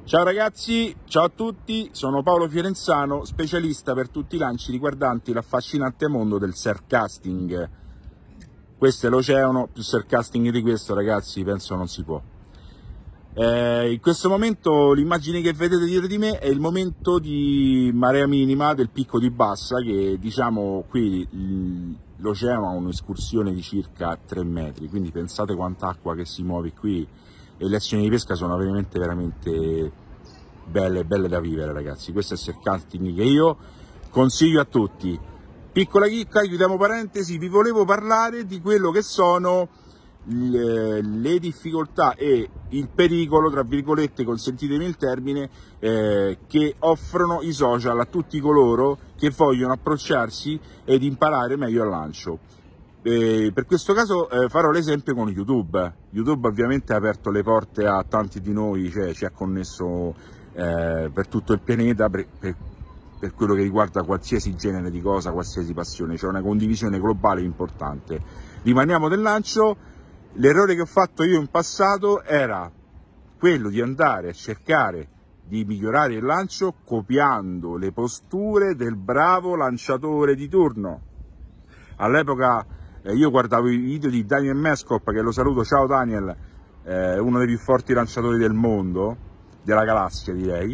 Ciao ragazzi, ciao a tutti, sono Paolo Fiorenzano, specialista per tutti i lanci riguardanti l'affascinante mondo del surfcasting. Questo è l'oceano, più surfcasting di questo ragazzi penso non si può. In questo momento l'immagine che vedete dietro di me è il momento di marea minima del picco di Bassa, che diciamo qui l'oceano ha un'escursione di circa 3 metri, quindi pensate quanta acqua che si muove qui e le azioni di pesca sono veramente belle da vivere ragazzi. Questo è il surfcasting che io consiglio a tutti. Piccola chicca, chiudiamo parentesi, vi volevo parlare di quello che sono le difficoltà e il pericolo, tra virgolette, consentitemi il termine, che offrono i social a tutti coloro che vogliono approcciarsi ed imparare meglio al lancio. Per questo caso farò l'esempio con YouTube. YouTube ovviamente ha aperto le porte a tanti di noi, cioè ci ha connesso per tutto il pianeta per quello che riguarda qualsiasi genere di cosa, qualsiasi passione, c'è una condivisione globale importante. Rimaniamo del lancio. L'errore che ho fatto io in passato era quello di andare a cercare di migliorare il lancio copiando le posture del bravo lanciatore di turno. All'epoca io guardavo i video di Daniel Meskop, che lo saluto, ciao Daniel, uno dei più forti lanciatori del mondo, della galassia direi.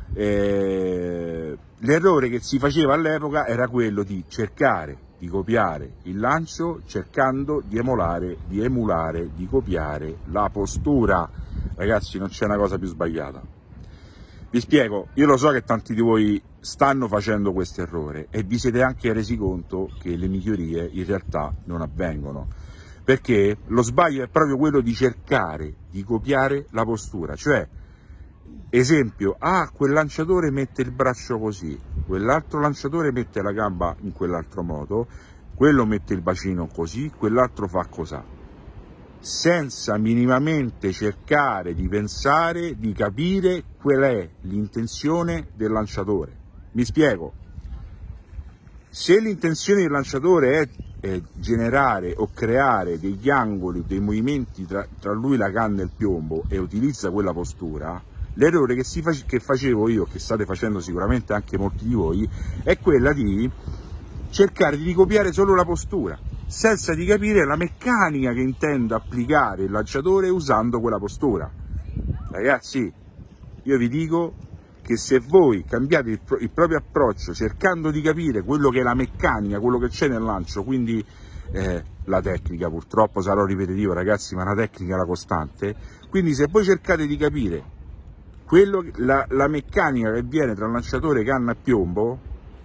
L'errore che si faceva all'epoca era quello di cercare di copiare il lancio cercando di emulare, di copiare la postura. Ragazzi, non c'è una cosa più sbagliata. Vi spiego, io lo so che tanti di voi stanno facendo questo errore e vi siete anche resi conto che le migliorie in realtà non avvengono, perché lo sbaglio è proprio quello di cercare di copiare la postura, cioè esempio, quel lanciatore mette il braccio così, quell'altro lanciatore mette la gamba in quell'altro modo, quello mette il bacino così, quell'altro fa così, senza minimamente cercare di pensare, di capire qual è l'intenzione del lanciatore. Mi spiego, se l'intenzione del lanciatore è generare o creare degli angoli, dei movimenti tra lui, la canna e il piombo, e utilizza quella postura, l'errore che facevo io, che state facendo sicuramente anche molti di voi, è quella di cercare di copiare solo la postura, senza di capire la meccanica che intende applicare il lanciatore usando quella postura. Ragazzi, io vi dico che se voi cambiate il proprio approccio cercando di capire quello che è la meccanica, quello che c'è nel lancio, quindi la tecnica, purtroppo sarò ripetitivo ragazzi, ma la tecnica è la costante, quindi se voi cercate di capire la meccanica che viene tra lanciatore, canna e piombo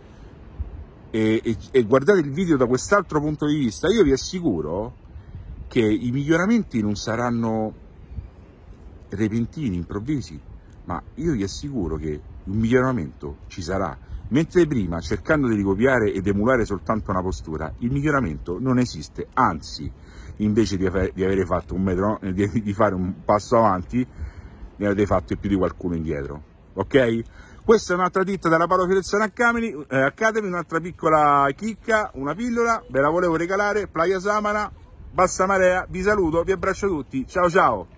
e guardate il video da quest'altro punto di vista, io vi assicuro che i miglioramenti non saranno repentini, improvvisi, ma io vi assicuro che un miglioramento ci sarà, mentre prima, cercando di ricopiare ed emulare soltanto una postura, il miglioramento non esiste, anzi, invece di avere fatto di fare un passo avanti, ne avete fatto più di qualcuno indietro, ok? Questa è un'altra dritta della Paolo Fiorenzano Academy, un'altra piccola chicca, una pillola, ve la volevo regalare, Playa Samana, bassa marea, vi saluto, vi abbraccio tutti, ciao ciao!